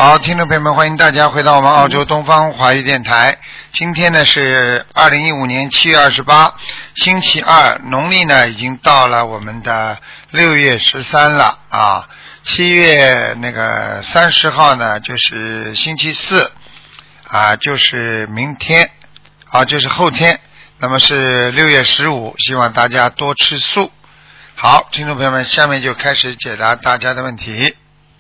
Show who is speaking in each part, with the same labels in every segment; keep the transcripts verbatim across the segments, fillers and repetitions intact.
Speaker 1: 好，听众朋友们，欢迎大家回到我们澳洲东方华语电台。今天呢是二零一五年七月二十八，星期二，农历呢已经到了我们的六月十三了啊。七月那个三十号呢就是星期四啊，就是明天啊，就是后天。那么是六月十五，希望大家多吃素。好，听众朋友们，下面就开始解答大家的问题。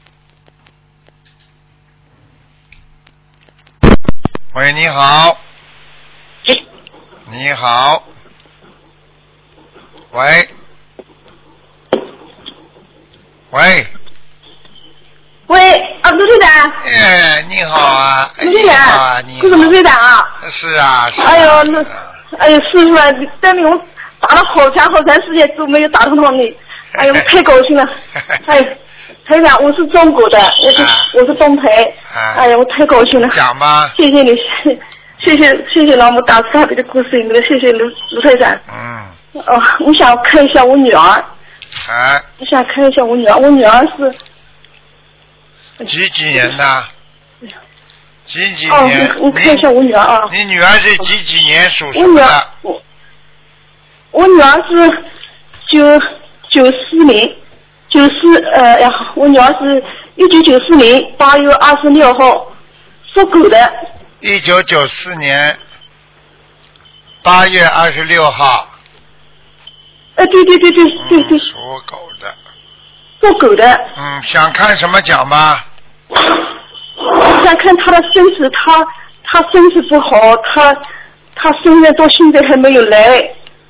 Speaker 1: 喂，你好。你好。喂。喂。
Speaker 2: 喂，啊，卢队长。
Speaker 1: 哎，你好啊。
Speaker 2: 卢队长。
Speaker 1: 你好啊，你好。
Speaker 2: 这是卢队长啊。
Speaker 1: 是啊。是啊
Speaker 2: 哎呦，那，哎呦，师傅啊，你证明我打了好长好长时间都没有打通到你，哎呦，我太高兴了。哎，台长，我是中国的，我是、啊、我是东培。啊、哎呀，我太高兴了。
Speaker 1: 讲吧。
Speaker 2: 谢谢你，谢谢谢谢老母大慈大悲的故事里面的，谢谢卢卢台长。
Speaker 1: 嗯。
Speaker 2: 哦，我想看一下我女儿。
Speaker 1: 哎。
Speaker 2: 我想看一下我女儿，我女儿是。
Speaker 1: 几几年的？几几
Speaker 2: 哦，
Speaker 1: 年？
Speaker 2: 我看一下我女儿啊。
Speaker 1: 你女儿是几几年属什
Speaker 2: 么的？我女儿，我我女儿是九九四年，九四呃呀，我女儿是一九九四年八月二十六号，属狗的。
Speaker 1: 一九九四年八月二十六号。
Speaker 2: 呃，对对对对对对。
Speaker 1: 属狗的。
Speaker 2: 属狗的。
Speaker 1: 嗯，想看什么讲吗？
Speaker 2: 我想看他的身子，他他身子不好，他他生日到现在还没有来。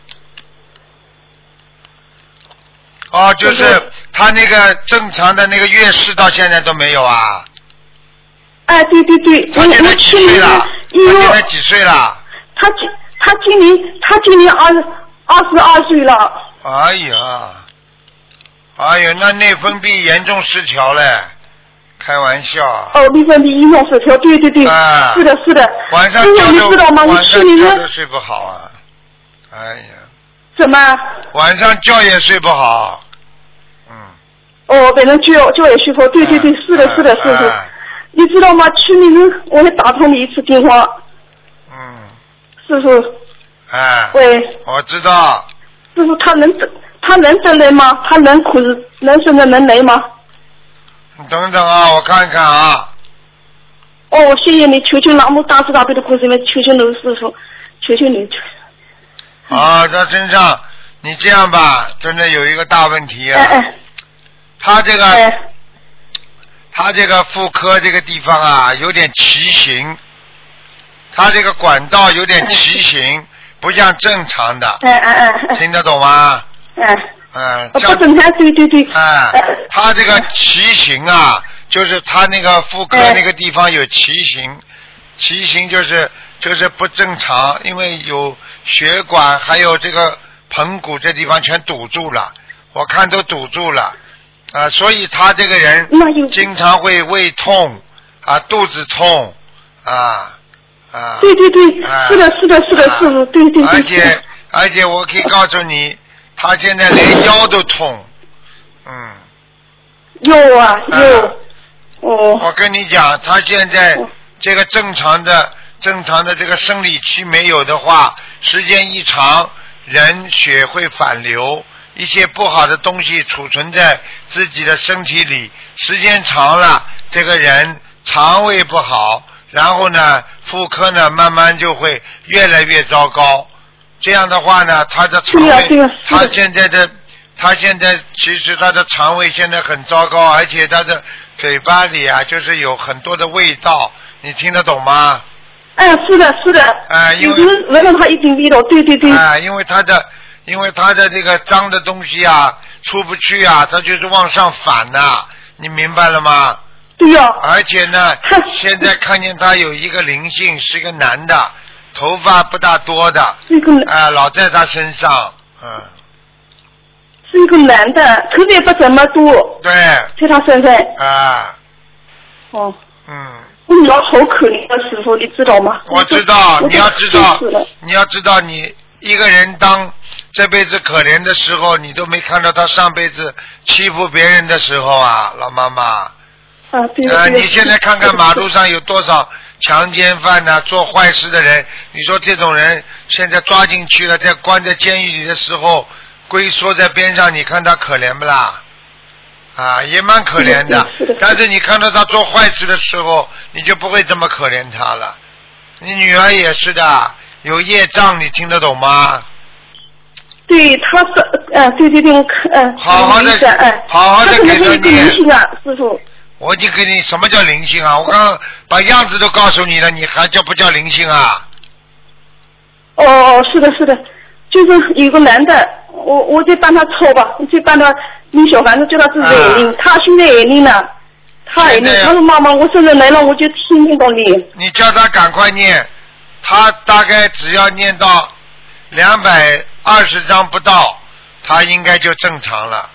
Speaker 1: 哦，就是他那个正常的那个月事到现在都没有啊？
Speaker 2: 哎，对对对。
Speaker 1: 他现在几岁了？他现在几岁了？
Speaker 2: 他今他今年他今年二二十二岁了。
Speaker 1: 哎呀，哎呀，那内分泌严重失调嘞。开玩笑。
Speaker 2: 哦，内分泌严重失调，对对对，
Speaker 1: 啊、
Speaker 2: 是的，是的。
Speaker 1: 晚上觉
Speaker 2: 你知道吗？
Speaker 1: 晚上觉
Speaker 2: 得
Speaker 1: 睡不好啊。哎呀。
Speaker 2: 什么？
Speaker 1: 晚上觉也睡不好。嗯。
Speaker 2: 哦，反正觉觉也睡不好，对对对，啊、是的，是的，是的。啊、你知道吗？去年我还打通你一次电话。
Speaker 1: 嗯。
Speaker 2: 师傅。
Speaker 1: 哎。
Speaker 2: 喂。
Speaker 1: 我知道。
Speaker 2: 师傅，他能他能得来吗？他能可是能现在能来吗？
Speaker 1: 你等等啊，我看看啊。
Speaker 2: 哦，谢谢你，求求南无大慈大悲的观世音，求求卢师傅，求求你。
Speaker 1: 啊，他身上，你这样吧，真的有一个大问题啊。
Speaker 2: 哎哎。
Speaker 1: 他这个，
Speaker 2: 哎、
Speaker 1: 他这个妇科这个地方啊，有点畸形，他这个管道有点畸形，哎、不像正常的。
Speaker 2: 哎哎哎。
Speaker 1: 听得懂吗？
Speaker 2: 哎。
Speaker 1: 嗯，
Speaker 2: 不正常，对对对。
Speaker 1: 哎，他这个畸形啊，就是他那个妇科那个地方有畸形，畸形就是就是不正常，因为有血管还有这个盆骨这地方全堵住了，我看都堵住了，啊，所以他这个人经常会胃痛啊，肚子痛啊啊。
Speaker 2: 对对对，啊、是的，是的，是的，是的，对对对。
Speaker 1: 而且而且我可以告诉你。他现在连腰都痛，嗯。
Speaker 2: 有啊，有。
Speaker 1: 啊、
Speaker 2: 哦。
Speaker 1: 我跟你讲，他现在这个正常的、正常的这个生理期没有的话，时间一长，人血会反流，一些不好的东西储存在自己的身体里，时间长了，这个人肠胃不好，然后呢，妇科呢慢慢就会越来越糟糕。这样的话呢，他的肠胃，他现在的，他现在其实他的肠胃现在很糟糕，而且他的嘴巴里啊，就是有很多的味道，你听得懂吗？
Speaker 2: 哎，是的，是的。
Speaker 1: 哎，因为
Speaker 2: 闻到他一定味道，对对对。
Speaker 1: 哎，因为他的，因为他的这个脏的东西啊，出不去啊，他就是往上反呐、啊，你明白了吗？
Speaker 2: 对呀、哦。
Speaker 1: 而且呢，现在看见他有一个灵性，是个男的。头发不大多的，啊、呃，老在他身上，嗯，
Speaker 2: 是一个男的，头发也不怎么多，
Speaker 1: 对，
Speaker 2: 在他身上，
Speaker 1: 啊，
Speaker 2: 哦，
Speaker 1: 嗯，
Speaker 2: 我女儿好可怜的师傅，你知道吗？
Speaker 1: 我知道，你要知道，你要知道，你一个人当这辈子可怜的时候，你都没看到他上辈子欺负别人的时候啊，老妈妈。
Speaker 2: 啊，对
Speaker 1: 啊，
Speaker 2: 对。
Speaker 1: 你现在看看马路上有多少强奸犯呐、啊，做坏事的人，你说这种人现在抓进去了，在关在监狱里的时候，龟缩在边上，你看他可怜不啦？啊，也蛮可怜的。
Speaker 2: 是的。
Speaker 1: 但是你看到他做坏事的时候，你就不会这么可怜他了。你女儿也是的，有业障，你听得懂吗？
Speaker 2: 对，他是，呃，对对对，我看，嗯，
Speaker 1: 好好的，
Speaker 2: 哎，
Speaker 1: 好好的给他念。
Speaker 2: 灵性啊，师傅。
Speaker 1: 我已经给你什么叫灵性啊？我刚刚把样子都告诉你了，你还叫不叫灵性啊？
Speaker 2: 哦，是的，是的，就是有个男的，我我在帮他抽吧，我就帮他念小房子，叫他自己也念，他现在也念了，他也念，他说妈妈，我生人来了，我就天天都念。
Speaker 1: 你叫他赶快念，他大概只要念到两百二十章不到，他应该就正常了。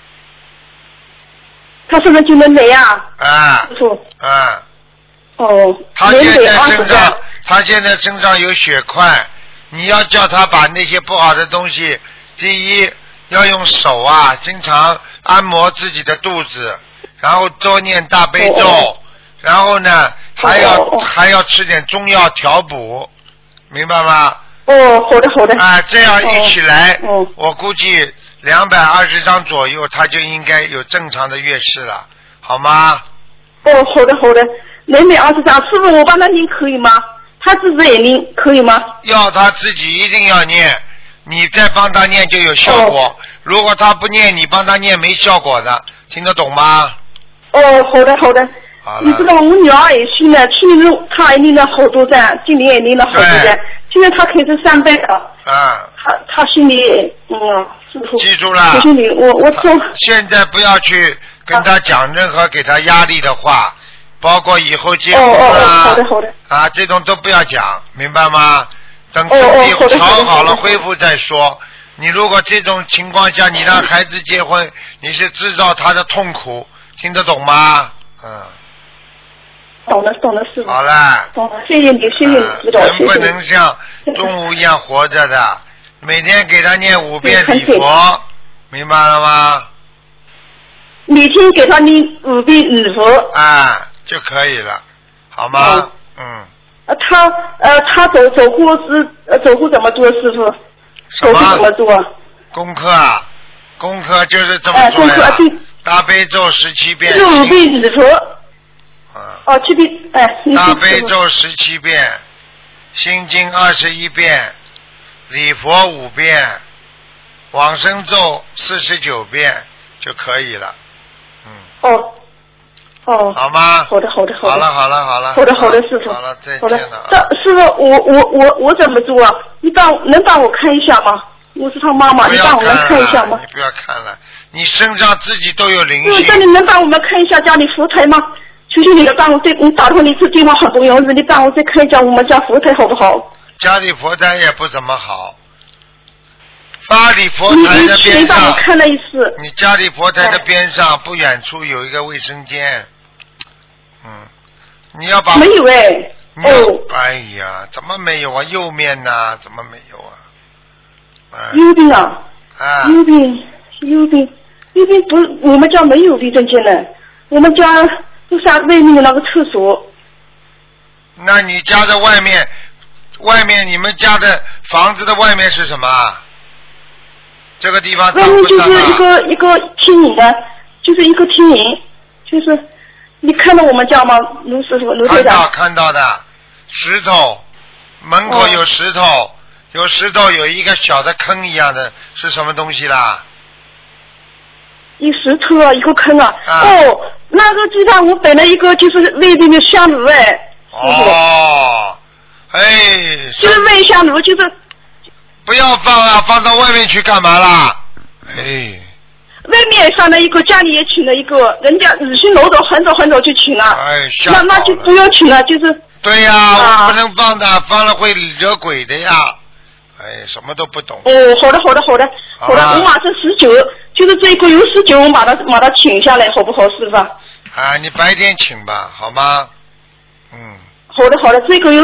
Speaker 2: 他现在就能来呀？
Speaker 1: 啊。
Speaker 2: 师傅。
Speaker 1: 啊。
Speaker 2: 哦。
Speaker 1: 他现在身上，他现在身上有血块，你要叫他把那些不好的东西，第一要用手啊，经常按摩自己的肚子，然后多念大悲咒，哦、然后呢还要、哦、还要吃点中药调补，明白吗？
Speaker 2: 哦，好的好的。
Speaker 1: 啊，这样一起来，哦、我估计两百二十张左右，他就应该有正常的月事了，好吗？
Speaker 2: 哦，好的好的，两百二十张，师傅我帮他念可以吗？他自己也念可以吗？
Speaker 1: 要他自己一定要念，你再帮他念就有效果。哦、如果他不念，你帮他念没效果的，听得懂吗？
Speaker 2: 哦，好的好的。
Speaker 1: 好了。
Speaker 2: 你知道我女儿也信了，去年她也念了好多张，今年也念了好多张，现在她开始上班了。
Speaker 1: 啊。
Speaker 2: 她她心里嗯，师傅。
Speaker 1: 记住了。
Speaker 2: 心里我我说。
Speaker 1: 现在不要去跟他讲任何给他压力的话。包括以后结婚啊，
Speaker 2: 哦哦好的好的
Speaker 1: 啊，这种都不要讲，明白吗？等身体调好了恢复再说。你如果这种情况下，你让孩子结婚，你是制造他的痛苦，听得懂吗？嗯。
Speaker 2: 懂了懂了师傅。
Speaker 1: 好了。
Speaker 2: 懂了，谢谢你，谢谢你指导，
Speaker 1: 人不能像动物一样活着的，每天给他念五遍礼佛，明白了吗？
Speaker 2: 每天给他念五遍礼佛。
Speaker 1: 啊。就可以了，好吗？哦、嗯。
Speaker 2: 呃，他呃，他走走路是呃走路怎么做，师傅？走路怎么做？
Speaker 1: 功课啊，功课就是这么做呀。
Speaker 2: 哎、呃，功课
Speaker 1: 大悲咒十七遍。
Speaker 2: 十五遍礼佛。
Speaker 1: 啊。
Speaker 2: 哦，七遍哎。
Speaker 1: 大悲咒十七遍，心经二十一遍，礼佛五遍，往生咒四十九遍就可以了。嗯。
Speaker 2: 哦。哦，
Speaker 1: 好吗？
Speaker 2: 好的，好的，好的。
Speaker 1: 好了，好了，好了。
Speaker 2: 好的，好的，师傅。
Speaker 1: 好了，再见了。
Speaker 2: 这师傅，我我我我怎么做啊？你帮能帮我看一下吗？我是他妈妈，你帮我们看一下吗？
Speaker 1: 你不要看了，你身上自己都有灵性。
Speaker 2: 那你能帮我们看一下家里佛台吗？求求你了，帮我再你打通你一次电话很不容易，你帮我再看一下我们家佛台好不好？
Speaker 1: 家里佛台也不怎么好。家里佛台的边上，
Speaker 2: 你帮我看了一次。
Speaker 1: 你家里佛台的边上不远处有一个卫生间。嗯，你要把
Speaker 2: 没有哎，
Speaker 1: 哦，哎呀，怎么没有啊？右面呢？怎么没有啊？
Speaker 2: 哎、右边啊？
Speaker 1: 啊，
Speaker 2: 右边，右边，右边不，我们家没有卫生间的，我们家就像外面的那个厕所。
Speaker 1: 那你家的外面，外面你们家的房子的外面是什么？这个地方脏不脏啊？
Speaker 2: 外面就是一个一个厅营的，就是一个厅营，就是。你看到我们家吗，卢师傅？卢队长。
Speaker 1: 看到看到的，石头，门口有石头，哦、有石头，有一个小的坑一样的，是什么东西啦？
Speaker 2: 一石头啊，一个坑啊。
Speaker 1: 啊
Speaker 2: 哦，那个地方我摆了一个就是外边的香炉哎。
Speaker 1: 哦，哎。
Speaker 2: 就是外香炉，就是。
Speaker 1: 不要放啊，放到外面去干嘛啦？哎。
Speaker 2: 外面上的一个，家里也请了一个，人家日新楼早很早很早就请了，
Speaker 1: 哎，
Speaker 2: 那那就不要请了，就是。
Speaker 1: 对呀、啊，我不能放的，放了会惹鬼的呀。哎，什么都不懂。
Speaker 2: 哦，好的好的好的，好的，我马上十九，就是这个有十九，我把它把它请下来，好不好，师傅？
Speaker 1: 啊，你白天请吧，好吗？嗯。
Speaker 2: 好的好的，这个有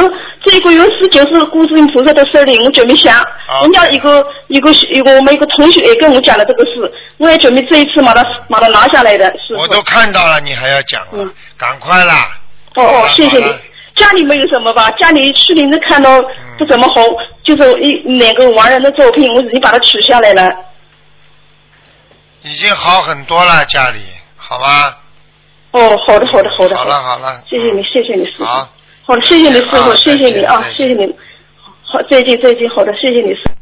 Speaker 2: 这个月十九是观世音菩萨的生日，我准备想，人家一个一个一个我们一个同学也跟我讲了这个事，我也准备这一次把它把它拿下来的。是
Speaker 1: 我都看到了，你还要讲啊？嗯、赶快啦！
Speaker 2: 哦哦，谢谢你。家里没有什么吧？家里去年子看到不怎么红，嗯、就是一两个亡人的照片，我已经把它取下来了。
Speaker 1: 已经好很多了，家里好吗？
Speaker 2: 哦，好的好的好的。
Speaker 1: 好了好了，
Speaker 2: 谢谢你谢谢你师傅。
Speaker 1: 好。
Speaker 2: 好的，谢谢你师傅，
Speaker 1: 啊、
Speaker 2: 谢谢你啊，谢谢你。好，再见再见，好的，谢谢你师傅。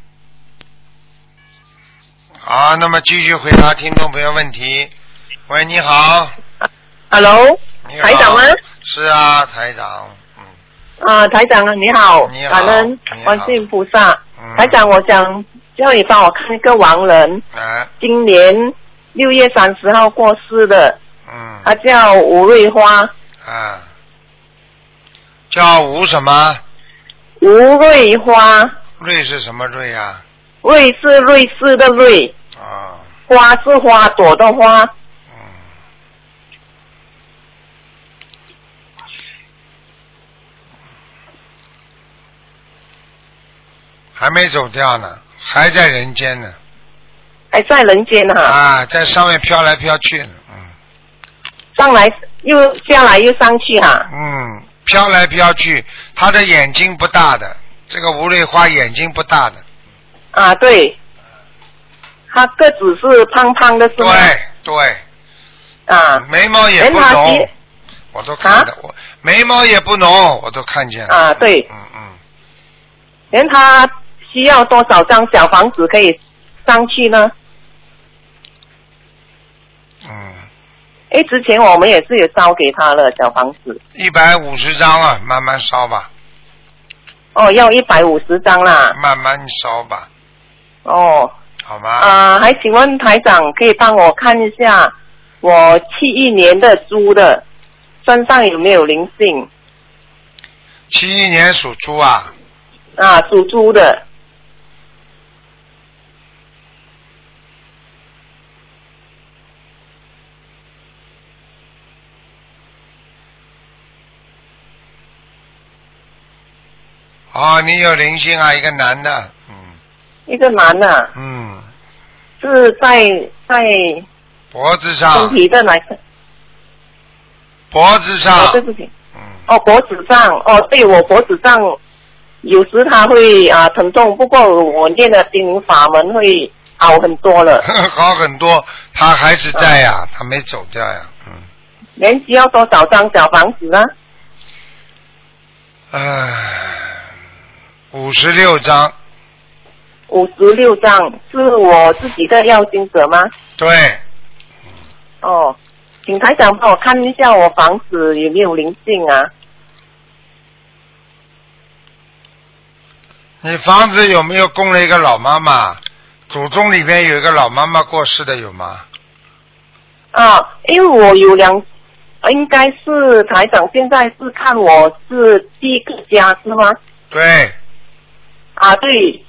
Speaker 1: 好，那么继续回答听众朋友问题。喂，你好。
Speaker 3: Hello。
Speaker 1: 你好。
Speaker 3: 台长吗？
Speaker 1: 是啊，台长。嗯。
Speaker 3: 啊，台长你好。
Speaker 1: 你好。
Speaker 3: 感恩观世音菩萨。
Speaker 1: 嗯。
Speaker 3: 台长，我想叫你帮我看一个亡人。
Speaker 1: 啊。
Speaker 3: 今年六月三十号过世的。
Speaker 1: 嗯。
Speaker 3: 他叫吴瑞花。
Speaker 1: 啊。叫吴什么？
Speaker 3: 吴瑞花。
Speaker 1: 瑞是什么瑞啊？
Speaker 3: 瑞是瑞士的瑞。
Speaker 1: 啊。
Speaker 3: 花是花朵的花。
Speaker 1: 嗯。还没走掉呢，还在人间呢。
Speaker 3: 还在人间哈。
Speaker 1: 啊，在上面飘来飘去呢，嗯。
Speaker 3: 上来又下来又上去哈。
Speaker 1: 嗯。飘来飘去，他的眼睛不大的，这个吴瑞花眼睛不大的。
Speaker 3: 啊，对。他个子是胖胖的，是吗？
Speaker 1: 对对。
Speaker 3: 啊。
Speaker 1: 眉毛也不浓，我都看到，我眉毛也不浓，我都看见了。
Speaker 3: 啊，对。
Speaker 1: 嗯嗯。
Speaker 3: 连他需要多少张小房子可以上去呢？
Speaker 1: 嗯。
Speaker 3: 哎，之前我们也是有烧给他了小房子，
Speaker 1: 一百五十张啊，慢慢烧吧。
Speaker 3: 哦，要一百五十张啦。
Speaker 1: 慢慢烧吧。
Speaker 3: 哦。
Speaker 1: 好吗？
Speaker 3: 啊，还请问台长可以帮我看一下，我七一年的猪的身上有没有灵性？
Speaker 1: 七一年属猪啊。
Speaker 3: 啊，属猪的。
Speaker 1: 哦，你有灵性啊，一个男的，嗯。
Speaker 3: 一个男的。
Speaker 1: 嗯。
Speaker 3: 是在在。
Speaker 1: 脖子上。
Speaker 3: 身体的哪个？
Speaker 1: 脖子上。
Speaker 3: 哦，对不起。
Speaker 1: 嗯。
Speaker 3: 哦，脖子上，哦，对，我脖子上有时他会啊疼痛，不过我念的心灵法门会好很多了。
Speaker 1: 好很多，他还是在呀、啊，他没走掉呀，嗯。
Speaker 3: 年需要多少张小房子呢？
Speaker 1: 唉。五十六张，
Speaker 3: 五十六张是我自己的要经者吗？
Speaker 1: 对。
Speaker 3: 哦，请台长帮我看一下我房子有没有灵性啊？
Speaker 1: 你房子有没有供了一个老妈妈？祖宗里面有一个老妈妈过世的有吗？
Speaker 3: 啊，因为我有两，应该是台长现在是看我是第一个家是吗？
Speaker 1: 对。
Speaker 3: 啊，对，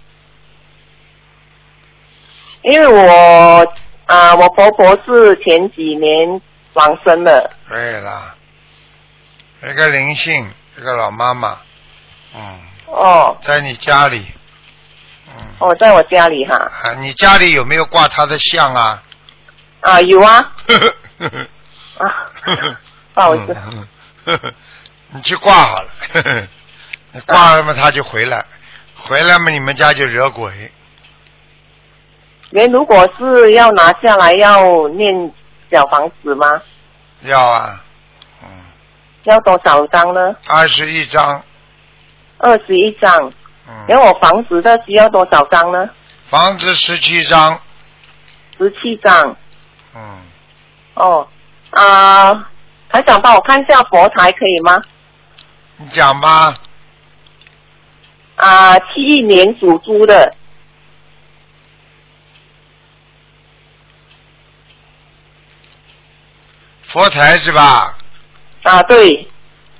Speaker 3: 因为我啊，我婆婆是前几年往生的。
Speaker 1: 对啦，一个灵性，一个老妈妈，嗯。
Speaker 3: 哦。
Speaker 1: 在你家里。嗯。
Speaker 3: 哦，在我家里哈。
Speaker 1: 啊，你家里有没有挂她的像啊？
Speaker 3: 啊，有啊。啊，不好意思。
Speaker 1: 你去挂好了，你挂了嘛，她就回来。回来嘛，你们家就惹鬼。
Speaker 3: 人如果是要拿下来要念小房子吗？
Speaker 1: 要啊，嗯。
Speaker 3: 要多少张呢？
Speaker 1: 二十一张。
Speaker 3: 二十一张。嗯。然后我房子的需要多少张呢？
Speaker 1: 房子十七张。
Speaker 3: 十七张。
Speaker 1: 嗯。
Speaker 3: 哦，啊，还想帮我看一下佛台可以吗？
Speaker 1: 你讲吧。
Speaker 3: 啊，七一年属猪的。
Speaker 1: 佛台是吧？
Speaker 3: 啊，对。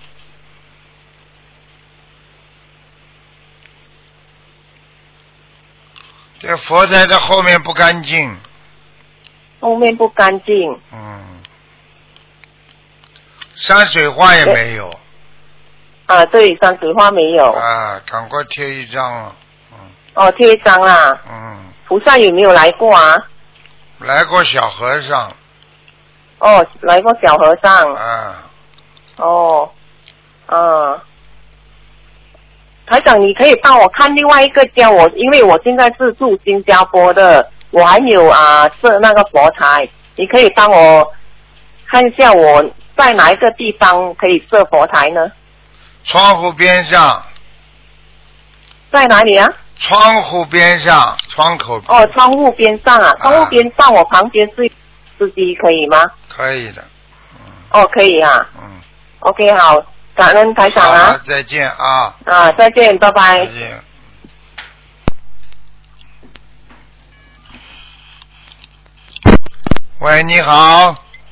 Speaker 1: 这佛台的后面不干净。
Speaker 3: 后面不干净。
Speaker 1: 嗯。山水画也没有。
Speaker 3: 啊，对，山水画没有。
Speaker 1: 啊，赶快贴一张了。嗯。
Speaker 3: 哦，贴一张啦。
Speaker 1: 嗯。
Speaker 3: 菩萨有没有来过啊？
Speaker 1: 来过小和尚。
Speaker 3: 哦，来过小和尚。
Speaker 1: 啊。
Speaker 3: 哦，嗯。台长，你可以帮我看另外一个家，我因为我现在是住新加坡的，我还有啊设那个佛台，你可以帮我看一下我在哪一个地方可以设佛台呢？
Speaker 1: 窗户边上。
Speaker 3: 在哪里啊？
Speaker 1: 窗户边上，窗口。
Speaker 3: 哦，窗户边上啊，窗户边上，我旁边是司机，可以吗？
Speaker 1: 可以的。
Speaker 3: 嗯、哦，可以啊。
Speaker 1: 嗯。
Speaker 3: OK， 好，感恩台长啊。
Speaker 1: 好，再见啊。
Speaker 3: 啊，再见，拜拜。
Speaker 1: 再见。喂，你好。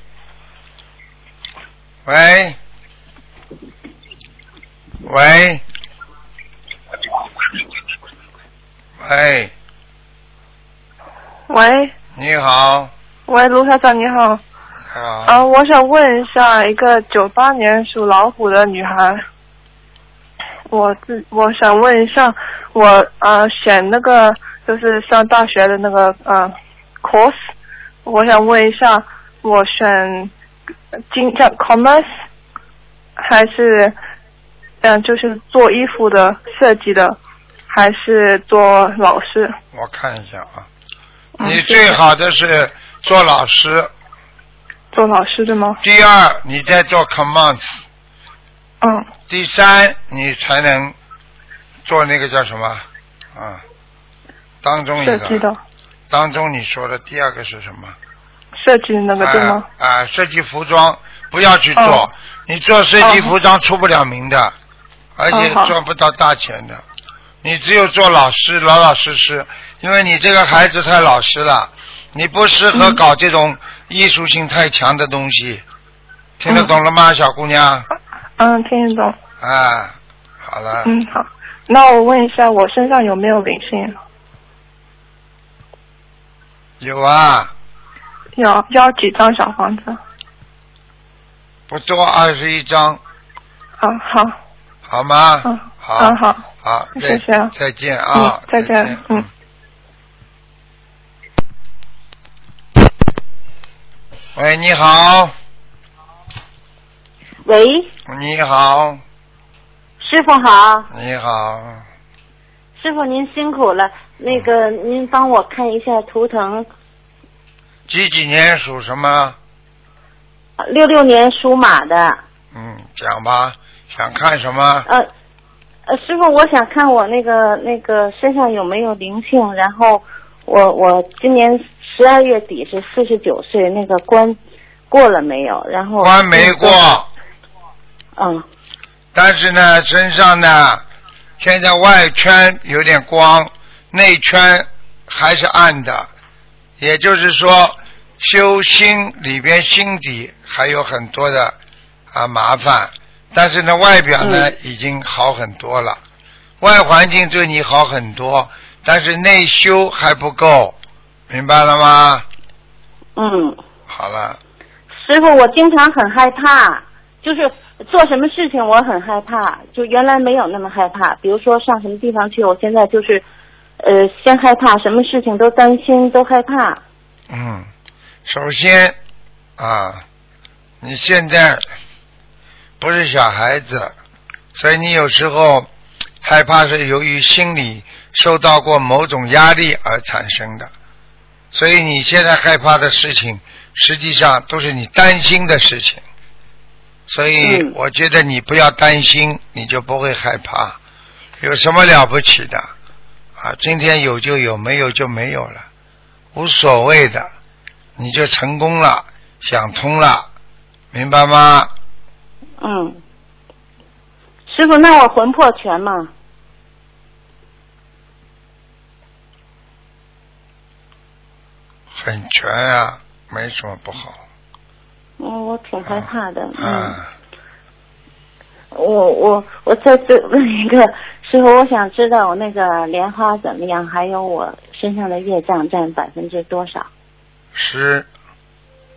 Speaker 1: 喂。喂。喂。
Speaker 4: 喂。
Speaker 1: 你好。
Speaker 4: 喂，卢台长你好。
Speaker 1: 啊。
Speaker 4: 啊，我想问一下，一个九八年属老虎的女孩，我自我想问一下，我呃选那个就是上大学的那个呃 course， 我想问一下，我选经叫 commerce 还是嗯、呃、就是做衣服的设计的，还是做老师？
Speaker 1: 我看一下啊，你最好的是做老师。
Speaker 4: 做老师的吗？
Speaker 1: 第二，你在做 commerce。
Speaker 4: 嗯。
Speaker 1: 第三，你才能做那个叫什么啊？当中一个。
Speaker 4: 设计的。
Speaker 1: 当中你说的第二个是什么？
Speaker 4: 设计那个对吗？
Speaker 1: 啊，啊设计服装不要去做，哦、你做设计服装出不了名的，哦、而且赚不到大钱的。哦、你只有做老师，老老实实，因为你这个孩子太老实了，你不适合搞这种艺术性太强的东西。嗯、听得懂了吗，小姑娘？
Speaker 4: 嗯，听得懂。
Speaker 1: 啊，好了。
Speaker 4: 嗯，好。那我问一下，我身上有没有灵性？
Speaker 1: 有啊。
Speaker 4: 有，要几张小房子？
Speaker 1: 不多，二十一张。
Speaker 4: 啊，好。
Speaker 1: 好吗？
Speaker 4: 嗯，
Speaker 1: 好。
Speaker 4: 啊，好。
Speaker 1: 好，
Speaker 4: 谢谢啊。
Speaker 1: 再见啊。
Speaker 4: 嗯，再见。再见嗯。
Speaker 1: 喂，你好。
Speaker 5: 喂。
Speaker 1: 你好。
Speaker 5: 师傅好。
Speaker 1: 你好。
Speaker 5: 师傅您辛苦了，那个您帮我看一下图腾。
Speaker 1: 几几年属什么？
Speaker 5: 六六年属马的。
Speaker 1: 嗯，讲吧，想看什么？
Speaker 5: 呃，呃，师傅，我想看我那个那个身上有没有灵性，然后我我今年十二月底是四十九岁，那个关过了没有？然后
Speaker 1: 关没过。
Speaker 5: 嗯。
Speaker 1: 但是呢，身上呢，现在外圈有点光，内圈还是暗的，也就是说，修心里边心底还有很多的啊麻烦，但是呢，外表呢、嗯、已经好很多了，外环境对你好很多，但是内修还不够，明白了吗？
Speaker 5: 嗯。
Speaker 1: 好了。
Speaker 5: 师傅，我经常很害怕，就是做什么事情我很害怕，就原来没有那么害怕，比如说上什么地方去，我现在就是呃先害怕，什么事情都担心，都害怕。
Speaker 1: 嗯，首先啊，你现在不是小孩子，所以你有时候害怕是由于心理受到过某种压力而产生的，所以你现在害怕的事情实际上都是你担心的事情，所以我觉得你不要担心，你就不会害怕，有什么了不起的啊？今天有就有，没有就没有了，无所谓的，你就成功了，想通了，明白吗？
Speaker 5: 嗯。师傅，那我魂魄全吗？
Speaker 1: 很全啊，没什么不好。
Speaker 5: 嗯，我挺害怕的。
Speaker 1: 嗯。啊、
Speaker 5: 我我我再这问一个师傅，我想知道我那个莲花怎么样，还有我身上的业障占百分之多少？
Speaker 1: 十。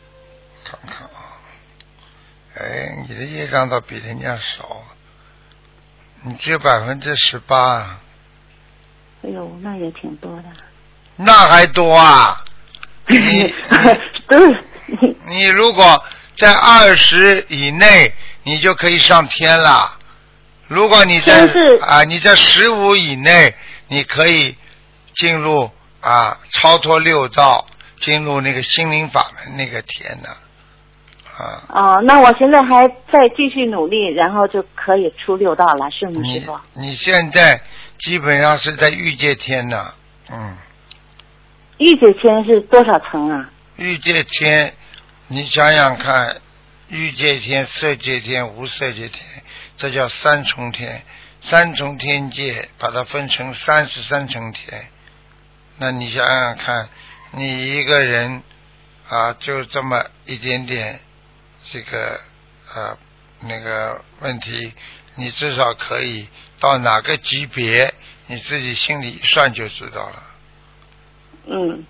Speaker 1: 看看啊，哎，你的业障倒比人家少。 你只有百分之十八。
Speaker 5: 哎呦，那也挺多的。
Speaker 1: 那还多啊！你
Speaker 5: 对。
Speaker 1: 你如果在二十以内，你就可以上天了。如果你在啊，你在十五以内，你可以进入啊超脱六道，进入那个心灵法门那个天呢。啊。
Speaker 5: 哦，那我现在还在继续努力，然后就可以出六道了，是吗，师傅？
Speaker 1: 你现在基本上是在欲界天呢，嗯。
Speaker 5: 欲界天是多少层啊？
Speaker 1: 欲界天，你想想看，欲界天、色界天、无色界天，这叫三重天。三重天界把它分成三十三层天。那你想想看，你一个人啊，就这么一点点这个呃那个问题，你至少可以到哪个级别，你自己心里一算就知道了。
Speaker 5: 嗯，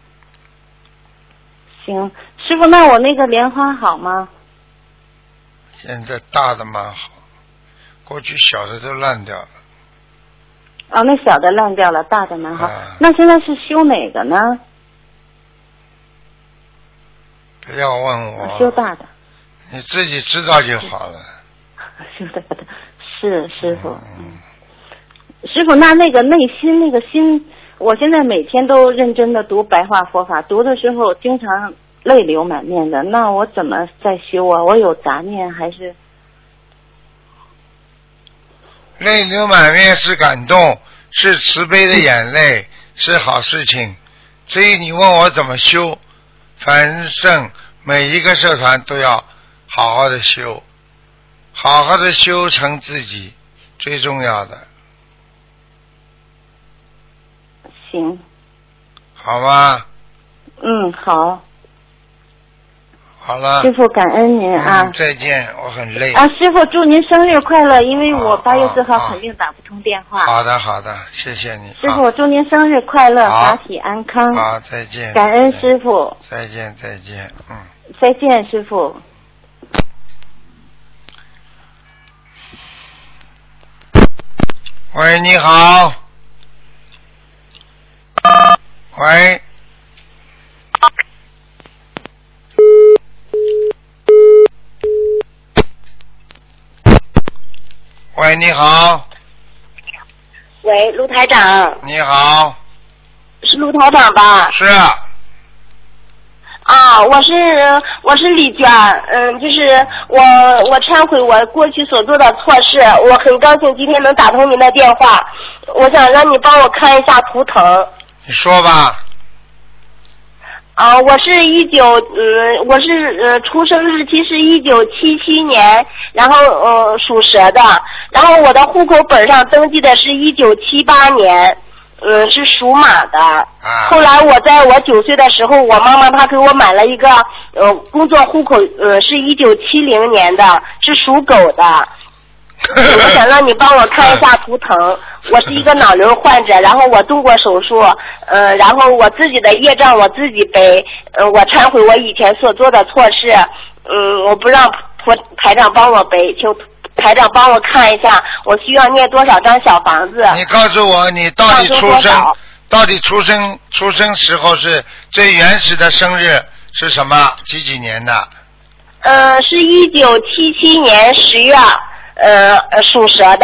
Speaker 5: 行，师傅，那我那个莲花好吗？
Speaker 1: 现在大的蛮好，过去小的都烂掉了。
Speaker 5: 哦，那小的烂掉了，大的蛮好。
Speaker 1: 啊、
Speaker 5: 那现在是修哪个呢？
Speaker 1: 不要问我。
Speaker 5: 修大的。
Speaker 1: 你自己知道就好了。
Speaker 5: 修大的，是师傅。嗯。师傅，那那个内心那个心。我现在每天都认真的读白话佛法，读的时候经常泪流满面的，那我怎么在修啊？我有杂念还是？
Speaker 1: 泪流满面是感动，是慈悲的眼泪，是好事情。所以你问我怎么修，反正每一个社团都要好好的修，好好的修成自己最重要的。
Speaker 5: 行，
Speaker 1: 好吗？
Speaker 5: 嗯，好。
Speaker 1: 好了。
Speaker 5: 师傅，感恩您啊、
Speaker 1: 嗯！再见，我很累。
Speaker 5: 啊，师傅，祝您生日快乐！因为我八月四号肯定打不通电话。
Speaker 1: 好的，好的，谢谢你。
Speaker 5: 师傅，祝您生日快乐，法体安康。
Speaker 1: 好，再见。
Speaker 5: 感恩师傅。
Speaker 1: 再见，再见，嗯。
Speaker 5: 再见，师傅。
Speaker 1: 喂，你好。喂，喂，你好。
Speaker 6: 喂，卢台长。
Speaker 1: 你好。
Speaker 6: 是卢台长吧？
Speaker 1: 是啊。
Speaker 6: 啊，我是我是丽娟，嗯，就是我我忏悔我过去所做的错事，我很高兴今天能打通您的电话，我想让你帮我看一下图腾。
Speaker 1: 你说吧。
Speaker 6: 啊，我是一九，嗯，我是呃，出生日期是一九七七年，然后呃属蛇的，然后我的户口本上登记的是一九七八年，嗯，是属马的。
Speaker 1: 啊。
Speaker 6: 后来我在我九岁的时候，我妈妈她给我买了一个呃工作户口，呃是一九七零年的，是属狗的。我想让你帮我看一下图腾，我是一个脑瘤患者，然后我动过手术，呃，然后我自己的业障我自己背，呃，我忏悔我以前所做的错事，嗯，我不让台台长帮我背，请台长帮我看一下，我需要念多少张小房子？
Speaker 1: 你告诉我，你到底出生，到底出生出生时候是最原始的生日是什么？几几年的？
Speaker 6: 呃，是一九七七年十月。呃，属蛇的。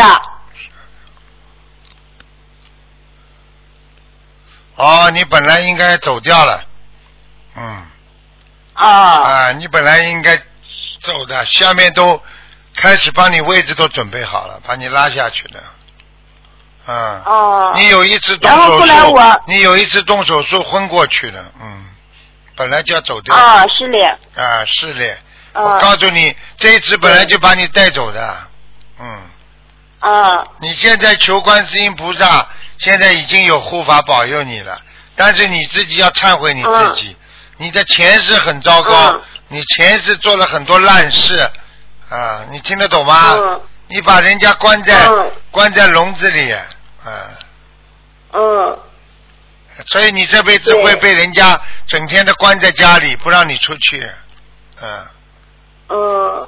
Speaker 1: 哦，你本来应该走掉了，嗯。
Speaker 6: 啊。
Speaker 1: 啊，你本来应该走的，下面都开始帮你位置都准备好了，把你拉下去的。嗯。
Speaker 6: 哦。
Speaker 1: 你有一次动手术。
Speaker 6: 然后后来我。
Speaker 1: 你有一次动手术昏过去了，嗯。本来就要走掉。
Speaker 6: 啊，是的。
Speaker 1: 啊，是的。
Speaker 6: 啊。
Speaker 1: 我告诉你，这一次本来就把你带走的。嗯，
Speaker 6: 啊，
Speaker 1: 你现在求观世音菩萨，现在已经有护法保佑你了，但是你自己要忏悔你自己，嗯、你的前世很糟糕，嗯、你前世做了很多烂事，啊，你听得懂吗？嗯、你把人家关在、嗯、关在笼子里，啊，
Speaker 6: 嗯，
Speaker 1: 所以你这辈子会被人家整天的关在家里，不让你出去，嗯，
Speaker 6: 嗯。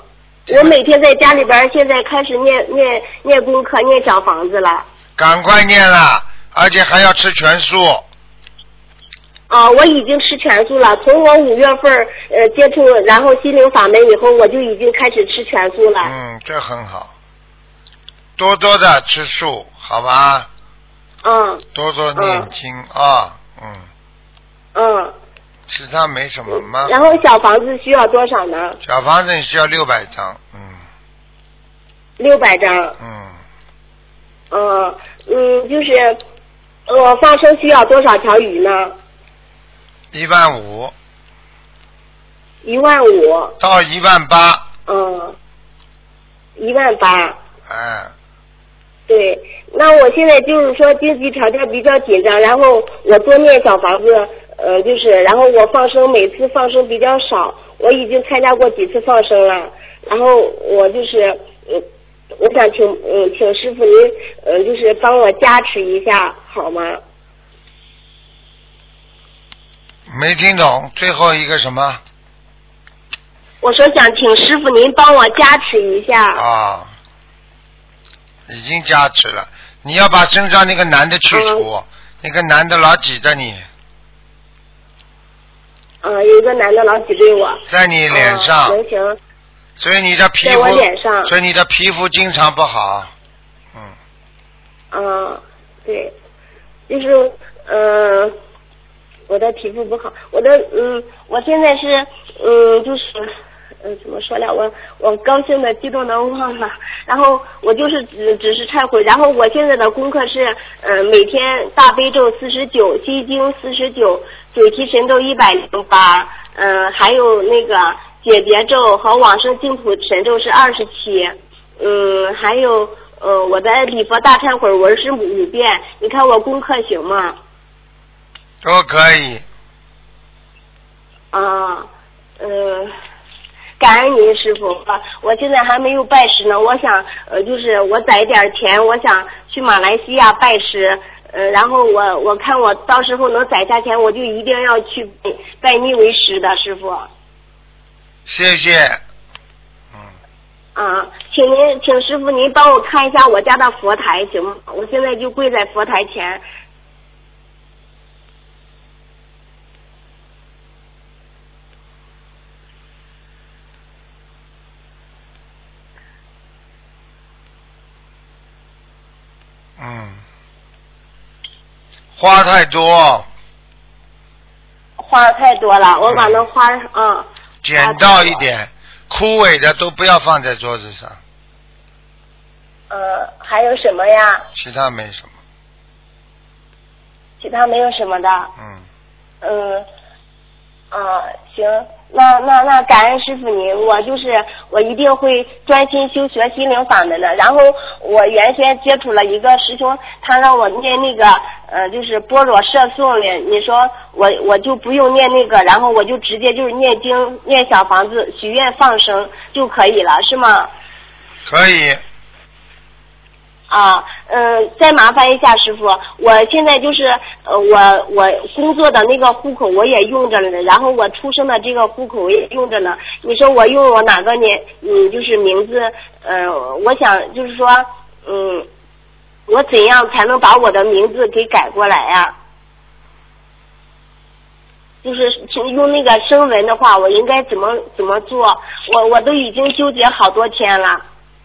Speaker 6: 我每天在家里边，现在开始念念念功课，念小房子了。
Speaker 1: 赶快念了，而且还要吃全素。
Speaker 6: 啊，我已经吃全素了。从我五月份呃接触然后心灵法门以后，我就已经开始吃全素了。
Speaker 1: 嗯，这很好，多多的吃素，好吧？
Speaker 6: 嗯。
Speaker 1: 多多念经啊，嗯。
Speaker 6: 嗯。
Speaker 1: 其他没什么吗？
Speaker 6: 然后小房子需要多少呢？
Speaker 1: 小房子需要六百张，嗯。
Speaker 6: 六百张。
Speaker 1: 嗯。
Speaker 6: 嗯嗯，就是我放生需要多少条鱼呢？
Speaker 1: 一万五。
Speaker 6: 一万五。
Speaker 1: 到一万八。
Speaker 6: 嗯。一万八。
Speaker 1: 哎。
Speaker 6: 对，那我现在就是说经济条件比较紧张，然后我多念小房子，呃，就是然后我放生每次放生比较少，我已经参加过几次放生了，然后我就是呃，我想请嗯请师傅您呃就是帮我加持一下好吗？
Speaker 1: 没听懂最后一个什么？
Speaker 6: 我说想请师傅您帮我加持一下。
Speaker 1: 啊。已经加持了，你要把身上那个男的去除，嗯、那个男的老挤着你。
Speaker 6: 嗯，有一个男的老挤兑我。
Speaker 1: 在你脸上。
Speaker 6: 能、嗯、行。
Speaker 1: 所以你的皮肤。
Speaker 6: 在我脸上。
Speaker 1: 所以你的皮肤经常不好。嗯。
Speaker 6: 嗯，对，就是嗯、呃，我的皮肤不好，我的嗯，我现在是嗯，就是。嗯，怎么说呢？我我高兴的激动的忘了，然后我就是只只是忏悔，然后我现在的功课是，呃，每天大悲咒四十九，心经四十九，准提神咒一百零八，嗯，还有那个解结咒和往生净土神咒是二十七，嗯，还有呃我的礼佛大忏悔文是五遍，你看我功课行吗？
Speaker 1: 都可以。
Speaker 6: 啊，嗯。感恩您师傅，我现在还没有拜师呢。我想，呃，就是我攒一点钱，我想去马来西亚拜师，呃，然后我我看我到时候能攒下钱，我就一定要去拜你为师的师傅。
Speaker 1: 谢谢。嗯。
Speaker 6: 啊，请您，请师傅您帮我看一下我家的佛台行吗？我现在就跪在佛台前。
Speaker 1: 嗯，花太多，
Speaker 6: 花太多了，我把那花嗯
Speaker 1: 捡到一点，枯萎的都不要放在桌子上。
Speaker 6: 呃，还有什么呀？
Speaker 1: 其他没什么。
Speaker 6: 其他没有什么的。
Speaker 1: 嗯。
Speaker 6: 嗯，啊，行。那那那感恩师傅您，我就是我一定会专心修学心灵法门的。然后我原先接触了一个师兄，他让我念那个呃就是般若摄诵的，你说我我就不用念那个，然后我就直接就是念经念小房子许愿放生就可以了，是吗？
Speaker 1: 可以。
Speaker 6: 啊，嗯，再麻烦一下师傅，我现在就是呃，我我工作的那个户口我也用着呢，然后我出生的这个户口我也用着呢。你说我用我哪个年，嗯，就是名字，呃，我想就是说，嗯，我怎样才能把我的名字给改过来呀、啊？就是用那个声纹的话，我应该怎么怎么做？我我都已经纠结好多天了。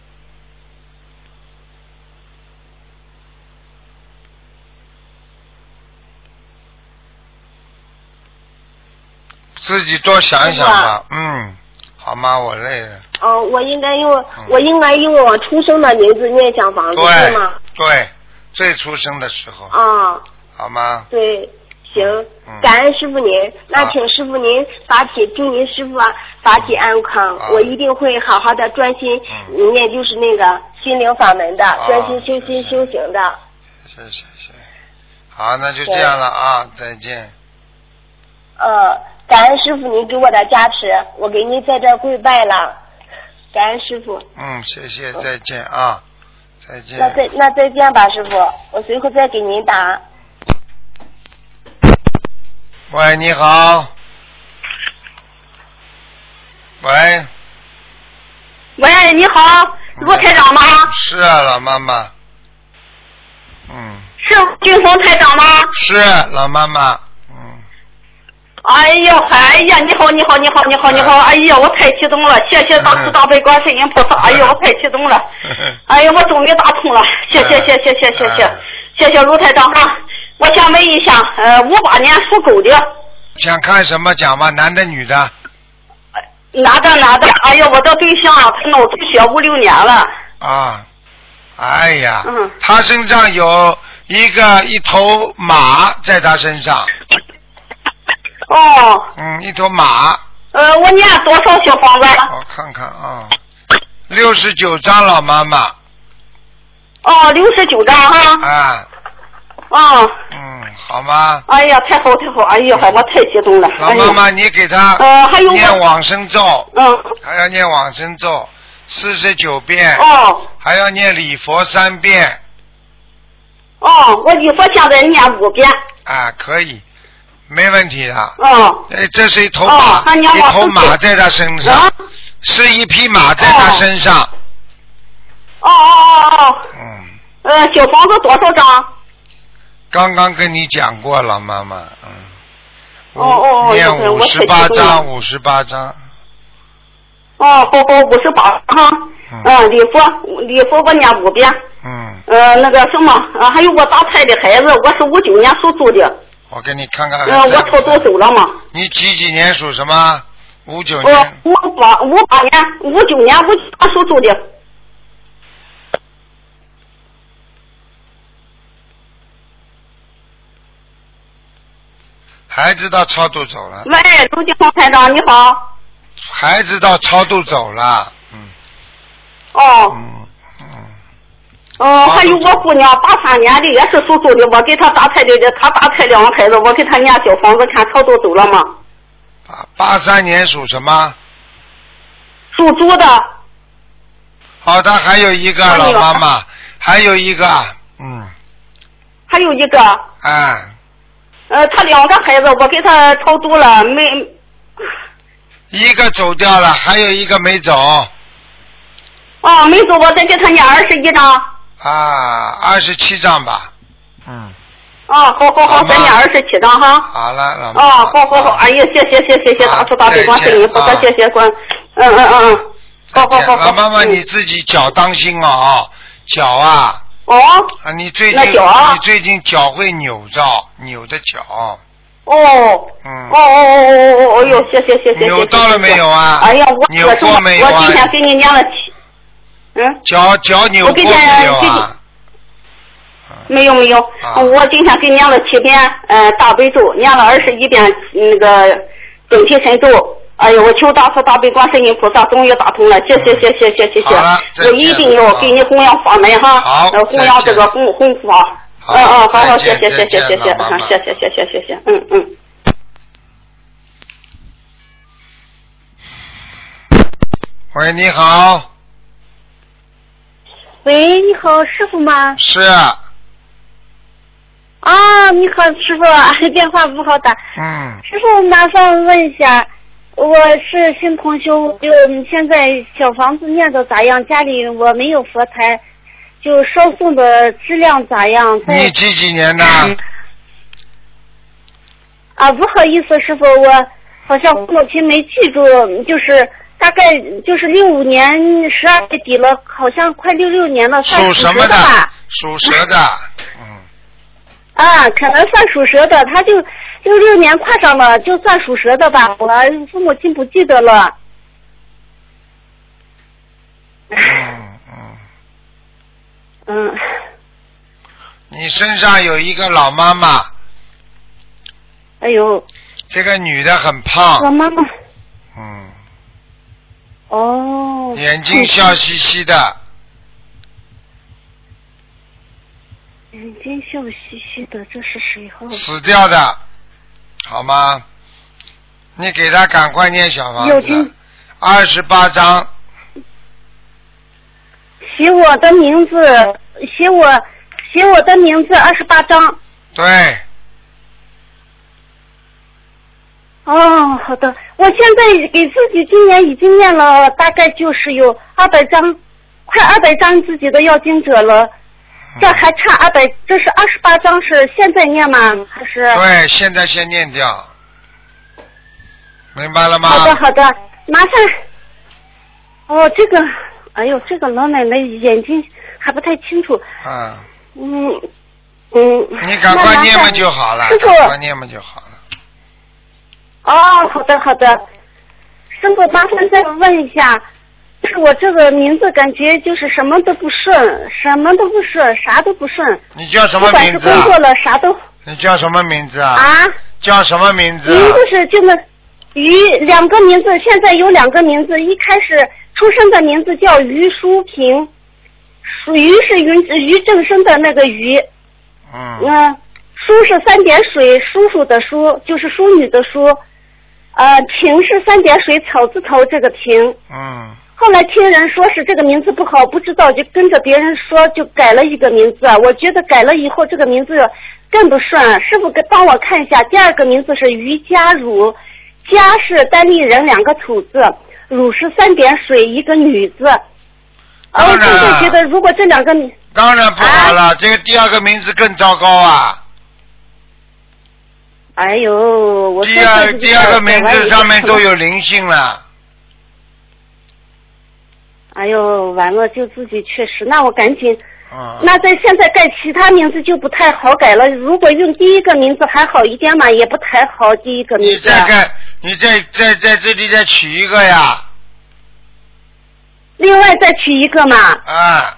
Speaker 1: 自己多想一想吧，嗯，好吗？我累了。
Speaker 6: 哦，我应该用、嗯、我应该用我出生的名字念小房子，对吗？
Speaker 1: 对，最出生的时候。
Speaker 6: 啊。
Speaker 1: 好吗？
Speaker 6: 对，行，嗯、感恩师傅您，那请师傅您法体，祝您师傅啊法体安康，我一定会好好的专心念，就是那个心灵法门的，专心修心修行的。
Speaker 1: 谢谢谢谢，好，那就这样了啊，再见。
Speaker 6: 呃，感恩师傅您给我的加持，我给您在这儿跪拜了，感恩师傅。
Speaker 1: 嗯，谢谢，再见啊，再见。
Speaker 6: 那再那再见吧，师傅，我随后再给您打。
Speaker 1: 喂，你好。喂。
Speaker 7: 喂，你好，卢台长吗？
Speaker 1: 是啊，老妈妈。嗯。
Speaker 7: 是金峰台长吗？
Speaker 1: 是老妈妈。嗯。
Speaker 7: 哎呀，哎呀，你好，你好，你好，你好，你好！哎呀，我太激动了，谢谢大慈大悲观世音菩萨！哎呀，我太激动了！哎呀，我终于打通了，谢谢谢谢谢谢谢谢谢卢台长哈！我想问一下，呃，五八年属狗的。
Speaker 1: 想看什么讲吗？男的女的？
Speaker 7: 男的男的。哎呀，我的对象他脑出血五六年了。
Speaker 1: 啊，哎呀，
Speaker 7: 嗯，
Speaker 1: 他身上有一个一头马在他身上。
Speaker 7: 哦。
Speaker 1: 嗯，一头马。
Speaker 7: 呃，我念多少小房子？
Speaker 1: 我看看啊，六十九张，老妈妈。
Speaker 7: 哦，六十九张哈。
Speaker 1: 啊。
Speaker 7: 啊。
Speaker 1: 嗯，好吗？
Speaker 7: 哎呀，太好太好！哎呀，我太激动了。
Speaker 1: 老妈妈，你给他
Speaker 7: 呃还有
Speaker 1: 念往生咒，
Speaker 7: 嗯，
Speaker 1: 还要念往生咒四十九遍，
Speaker 7: 哦，
Speaker 1: 还要念礼佛三遍。
Speaker 7: 哦，我礼佛现在念五遍。
Speaker 1: 啊，可以，没问题的。
Speaker 7: 哦。
Speaker 1: 哎，这是一头马，
Speaker 7: 哦、
Speaker 1: 一头马在他身上，啊、是一匹马在他身上。
Speaker 7: 哦哦哦哦。
Speaker 1: 嗯。
Speaker 7: 呃，小房子多少张？
Speaker 1: 刚刚跟你讲过了，妈妈，嗯。
Speaker 7: 哦哦哦。
Speaker 1: 念五十八章，五十八章。
Speaker 7: 哦，好好，五十八哈。嗯，礼佛礼佛我念五遍。
Speaker 1: 嗯。
Speaker 7: 呃，那个什么，呃，还有我打胎的孩子，我是五九年属猪的。
Speaker 1: 我给你看看。
Speaker 7: 呃，我超度走了吗？
Speaker 1: 你几几年属什么？五九年。
Speaker 7: 哦，五八五八年，五九年五九属猪的。
Speaker 1: 孩子到超度走了。
Speaker 7: 喂，卢金红台长你好。
Speaker 1: 孩子到超度走了，嗯。
Speaker 7: 哦。
Speaker 1: 嗯嗯。
Speaker 7: 哦，还有我姑娘八三年的也是属猪的，我给她打胎的，她打胎两个孩子，我给她念小房子，看超度走了吗？
Speaker 1: 啊，八三年属什么？
Speaker 7: 属猪的。
Speaker 1: 好的，还有一个老妈妈，还有一个，嗯。
Speaker 7: 还有一个。
Speaker 1: 哎。
Speaker 7: 呃，他两个孩子，我给他超度了，没。
Speaker 1: 一个走掉了，还有一个没走。
Speaker 7: 哦，没走，我再给他念二十一张。
Speaker 1: 啊，二十七张吧。嗯。
Speaker 7: 哦，好好好，再念二十七张哈。
Speaker 1: 好了，老妈。
Speaker 7: 哦，好好好，哎呀，谢谢谢谢谢大慈大悲观世音菩萨，谢谢观，嗯嗯嗯嗯，好好好好。
Speaker 1: 老妈妈，你自己脚当心哦，脚啊。
Speaker 7: 哦。
Speaker 1: 啊，你最近你最近脚会扭着，扭的脚。
Speaker 7: 哦。
Speaker 1: 嗯。
Speaker 7: 哦哦哦哦哦哦哟，谢谢谢谢。
Speaker 1: 扭到了没有啊？
Speaker 7: 哎呀，我
Speaker 1: 扭过没有啊？
Speaker 7: 我今天给你念了七。嗯。
Speaker 1: 脚脚扭过没有啊？
Speaker 7: 没有没有，我今天给念了七遍呃大悲咒，念了二十一遍那个准提神咒。哎呀，我求大慈大悲观世音菩萨，终于打通了，谢谢谢谢谢谢谢，我一定要给你弘扬法门哈，呃弘扬这个弘弘法，嗯嗯，好好，谢谢谢谢谢谢，谢谢谢谢谢谢，嗯嗯。
Speaker 1: 喂，你好。
Speaker 8: 喂，你好，师傅吗？
Speaker 1: 是啊。
Speaker 8: 啊，你好，师傅，电话不好打。
Speaker 1: 嗯。
Speaker 8: 师傅，麻烦问一下。我是新同修，就现在小房子念的咋样？家里我没有佛台，就烧送的质量咋样？
Speaker 1: 你几几年的？
Speaker 8: 啊，不好意思，师傅，我好像父母亲没记住，就是大概就是六五年十二月底了，好像快六六年了，算
Speaker 1: 属
Speaker 8: 蛇的吧？
Speaker 1: 属蛇的，嗯。
Speaker 8: 啊，可能算属蛇的，他就。六六年跨上了，就算属蛇的吧。我父母亲不记得了。
Speaker 1: 嗯嗯。
Speaker 8: 嗯。
Speaker 1: 你身上有一个老妈妈。
Speaker 8: 哎呦。
Speaker 1: 这个女的很胖。
Speaker 8: 老妈妈。
Speaker 1: 嗯。
Speaker 8: 哦。
Speaker 1: 眼睛笑嘻嘻的。
Speaker 8: 眼睛笑嘻嘻的，这是谁后？
Speaker 1: 死掉的。好吗？你给他赶快念小房子，二十八章。
Speaker 8: 写我的名字，写我写我的名字，二十八章。
Speaker 1: 对。
Speaker 8: 哦哦，好的。我现在给自己今年已经念了大概就是有二百张，快二百张自己的要经者了。这还差二百，这是二十八张，是现在念吗？还是？
Speaker 1: 对，现在先念掉，明白了吗？
Speaker 8: 好的，好的，马上。哦，这个，哎呦，这个老奶奶眼睛还不太清楚。
Speaker 1: 啊。
Speaker 8: 嗯嗯。
Speaker 1: 你赶快念嘛就好了，赶快念嘛就好了。
Speaker 8: 哦，好的，好的。师傅，麻烦再问一下。是我这个名字感觉就是什么都不顺，什么都不顺，啥都不顺。
Speaker 1: 你叫什么名字啊？
Speaker 8: 不管是工作了，啥都。
Speaker 1: 你叫什么名字啊？
Speaker 8: 啊？
Speaker 1: 叫什么名字啊？
Speaker 8: 名字是这个于两个名字，现在有两个名字。一开始出生的名字叫于淑萍，于是于于正生的那个于。
Speaker 1: 嗯。
Speaker 8: 嗯，淑是三点水，叔叔的叔，就是淑女的淑。呃，萍是三点水草字头这个萍。
Speaker 1: 嗯。
Speaker 8: 后来听人说是这个名字不好，不知道就跟着别人说，就改了一个名字。我觉得改了以后这个名字更不顺。师傅给帮我看一下，第二个名字是于家汝，家是单立人两个土字，汝是三点水一个女字。
Speaker 1: 当然。我
Speaker 8: 现在觉得如果这两个名
Speaker 1: 当然不好了，啊、这个第二个名字更糟糕啊。
Speaker 8: 哎呦，我
Speaker 1: 第二第二个名字上面都有灵性了。
Speaker 8: 哎呦，完了，就自己确实，那我赶紧，
Speaker 1: 啊、
Speaker 8: 那在现在改其他名字就不太好改了。如果用第一个名字还好一点嘛，也不太好。第一个名字。
Speaker 1: 你再改，你再再在这里再取一个呀。
Speaker 8: 另外再取一个嘛。
Speaker 1: 啊。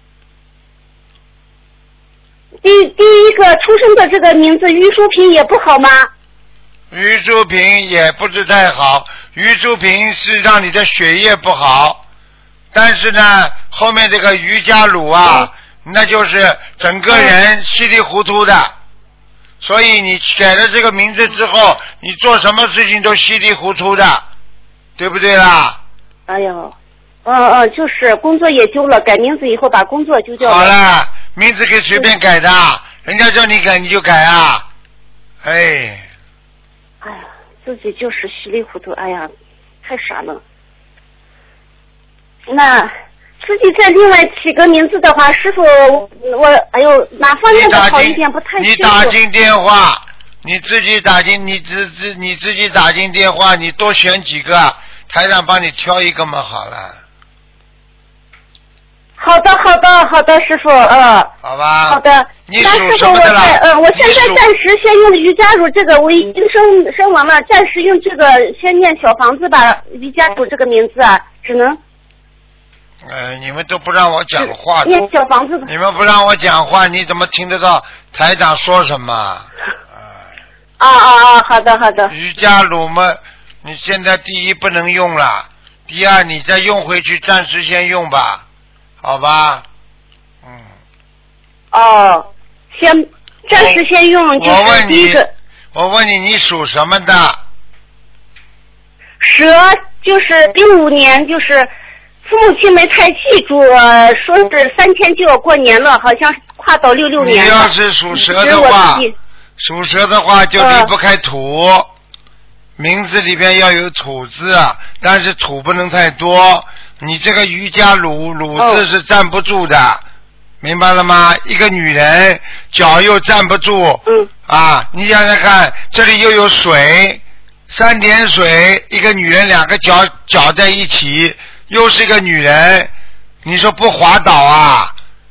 Speaker 8: 第第一个出生的这个名字于淑萍也不好吗？
Speaker 1: 于淑萍也不是太好，于淑萍是让你的血液不好。但是呢，后面这个于家鲁啊，嗯、那就是整个人稀里糊涂的，嗯、所以你改了这个名字之后，你做什么事情都稀里糊涂的，对不对啦？
Speaker 8: 哎呦，嗯嗯，就是工作也丢了，改名字以后把工作丢掉了。
Speaker 1: 好了，名字可以随便改的，人家叫你改你就改啊，哎。
Speaker 8: 哎呀，自己就是稀里糊涂，哎呀，太傻了。那自己再另外起个名字的话，师傅，我哎呦哪方面的好一点不太清楚。
Speaker 1: 你打进电话，你自己打进，你自自你自己打进电话，你多选几个，台长帮你挑一个嘛，好了。
Speaker 8: 好的，好的，好的，师傅，嗯。
Speaker 1: 好吧。
Speaker 8: 好的。
Speaker 1: 你
Speaker 8: 那师傅，我在嗯，我现在暂时先用瑜伽乳这个，我已经生生完了，暂时用这个先念小房子吧，瑜伽乳这个名字啊，只能。
Speaker 1: 呃，你们都不让我讲话，
Speaker 8: 念小房子。
Speaker 1: 你们不让我讲话，你怎么听得到台长说什么？啊
Speaker 8: 啊啊！好的好的。
Speaker 1: 瑜伽乳嘛，你现在第一不能用了，第二你再用回去，暂时先用吧，好吧？嗯。
Speaker 8: 哦，先暂时先用，就是第一个。
Speaker 1: 我问你，你属什么的？
Speaker 8: 蛇，就是零五年，就是。父母亲没太记住，说是三天就要过年了，好像跨到六六年了。
Speaker 1: 你要是属蛇的话，属蛇的话就离不开土，呃、名字里边要有土字，但是土不能太多。你这个瑜伽鲁鲁字是站不住的，哦、明白了吗？一个女人脚又站不住，
Speaker 8: 嗯，
Speaker 1: 啊，你想想看，这里又有水，三点水，一个女人两个脚脚在一起。又是一个女人，你说不滑倒啊？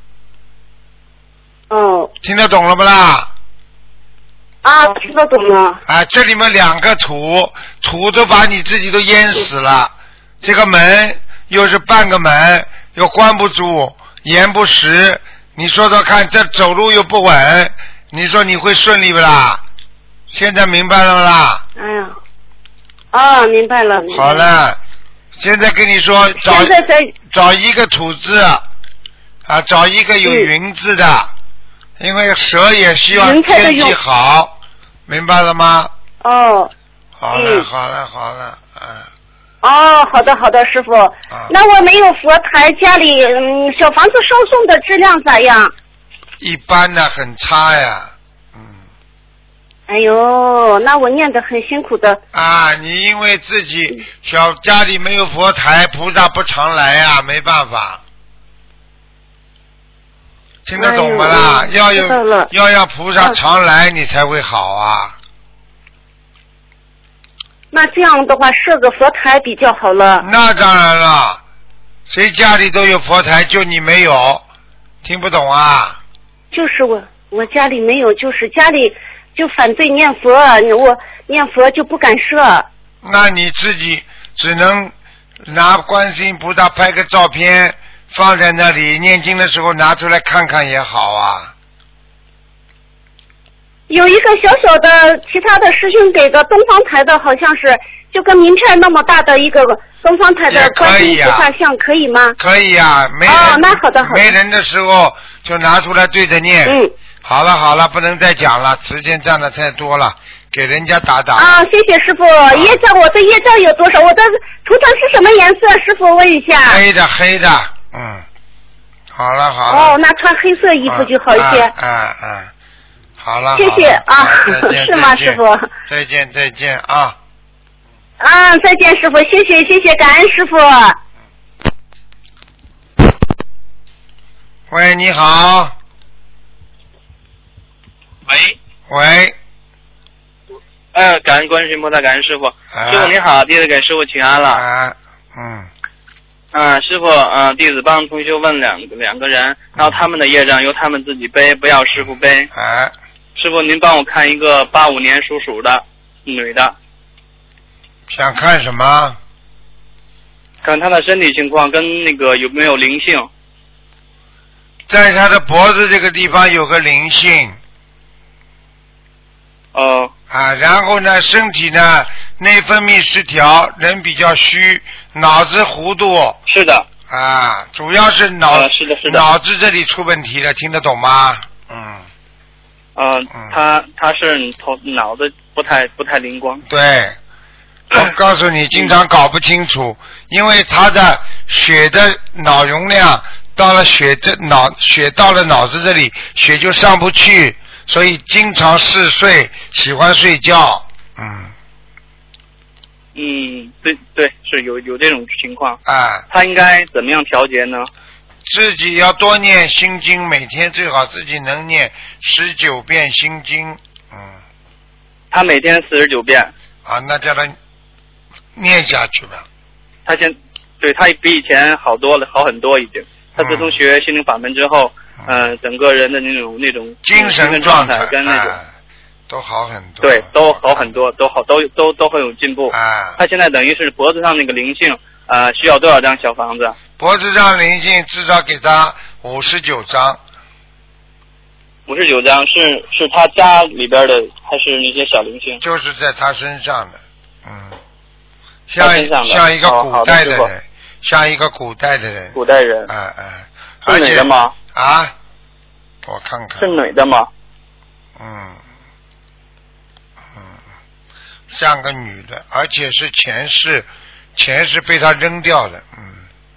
Speaker 8: 哦。
Speaker 1: 听得懂了不啦？
Speaker 8: 啊，听得懂了。
Speaker 1: 啊，这里面两个土，土都把你自己都淹死了。这个门又是半个门，又关不住，严不实。你说说看，这走路又不稳，你说你会顺利不啦？现在明白了不啦？
Speaker 8: 哎呀，啊，明白了。明白了
Speaker 1: 好了。现在跟你说，找找一个土字啊，找一个有云字的，嗯、因为蛇也希望天气好，明白了吗？
Speaker 8: 哦。
Speaker 1: 好了，嗯、好了，好了，嗯。
Speaker 8: 哦，好的，好的，师傅。啊、那我没有佛台，家里嗯小房子烧送的质量咋样？
Speaker 1: 一般的，很差呀，嗯。
Speaker 8: 哎呦，那我念得很辛苦的。
Speaker 1: 啊，你因为自己小家里没有佛台，菩萨不常来啊，没办法。听得懂吗啦？
Speaker 8: 哎、
Speaker 1: 要有要让菩萨常来，你才会好啊。
Speaker 8: 那这样的话，设个佛台比较好了。
Speaker 1: 那当然了，谁家里都有佛台，就你没有，听不懂啊？
Speaker 8: 就是我，我家里没有，就是家里就反对念佛，我念佛就不敢设。
Speaker 1: 那你自己只能拿观世音菩萨拍个照片放在那里，念经的时候拿出来看看也好啊。
Speaker 8: 有一个小小的，其他的师兄给的东方台的，好像是就跟名片那么大的一个东方台的观世音菩萨像，可以吗？
Speaker 1: 可以啊，没人、
Speaker 8: 哦、那好的好的。
Speaker 1: 没人的时候就拿出来对着念。
Speaker 8: 嗯。
Speaker 1: 好了好了，不能再讲了，时间占的太多了，给人家打打。
Speaker 8: 啊，谢谢师傅。啊、业障，我的业障有多少？我的图腾是什么颜色？师傅问一下。
Speaker 1: 黑的黑的，嗯。好了好了。
Speaker 8: 哦，那穿黑色衣服就好一些。
Speaker 1: 啊啊啊！好了，
Speaker 8: 谢谢啊，
Speaker 1: 是
Speaker 8: 吗，师傅？
Speaker 1: 再见再见啊！
Speaker 8: 啊，再见，师傅，谢谢谢谢，感恩师傅。
Speaker 1: 喂，你好。
Speaker 9: 喂。
Speaker 1: 喂。
Speaker 9: 呃，感恩观世音菩萨，感恩师傅。啊、师傅你好，弟子给师傅请安了。
Speaker 1: 啊，嗯。
Speaker 9: 啊，师傅，啊、呃，弟子帮同修问两个两个人，然后他们的业障由他们自己背，不要师傅背。
Speaker 1: 啊。
Speaker 9: 师傅，您帮我看一个八五年属鼠的女的。
Speaker 1: 想看什么？
Speaker 9: 看她的身体情况跟那个有没有灵性。
Speaker 1: 在她的脖子这个地方有个灵性。
Speaker 9: 哦。
Speaker 1: 啊，然后呢，身体呢内分泌失调，人比较虚，脑子糊涂。
Speaker 9: 是的。
Speaker 1: 啊，主要是脑、
Speaker 9: 呃、是的是的
Speaker 1: 脑子这里出问题了，听得懂吗？嗯。
Speaker 9: 呃，他他是头脑子不太不太灵光。
Speaker 1: 对，我告诉你，经常搞不清楚，因为他的血的脑容量到了血的脑血到了脑子这里，血就上不去，所以经常嗜睡，喜欢睡觉。嗯。
Speaker 9: 嗯，对对，是有有这种情况。
Speaker 1: 啊。
Speaker 9: 他应该怎么样调节呢？
Speaker 1: 自己要多念心经，每天最好自己能念十九遍心经。嗯。
Speaker 9: 他每天四十九遍。
Speaker 1: 啊，那叫他念下去吧。
Speaker 9: 他现对他比以前好多了，好很多已经。他自从学心灵法门之后，嗯、呃，整个人的那种那种
Speaker 1: 精神
Speaker 9: 状态跟那种、
Speaker 1: 啊、都好很多。
Speaker 9: 对，都好很多，都好都都都很有进步。
Speaker 1: 啊。
Speaker 9: 他现在等于是脖子上那个灵性。呃，需要多少张小房子？
Speaker 1: 脖子上灵性至少给他五十九张。
Speaker 9: 五十九张是是他家里边的，还是那些小灵性？
Speaker 1: 就是在他身上的，嗯，像像一个古代的人，哦、像一个古代的人。
Speaker 9: 古代人。
Speaker 1: 啊啊。
Speaker 9: 是女的吗？
Speaker 1: 啊，我看看。
Speaker 9: 是女的吗？
Speaker 1: 嗯嗯，像个女的，而且是前世。钱是被他扔掉的，嗯。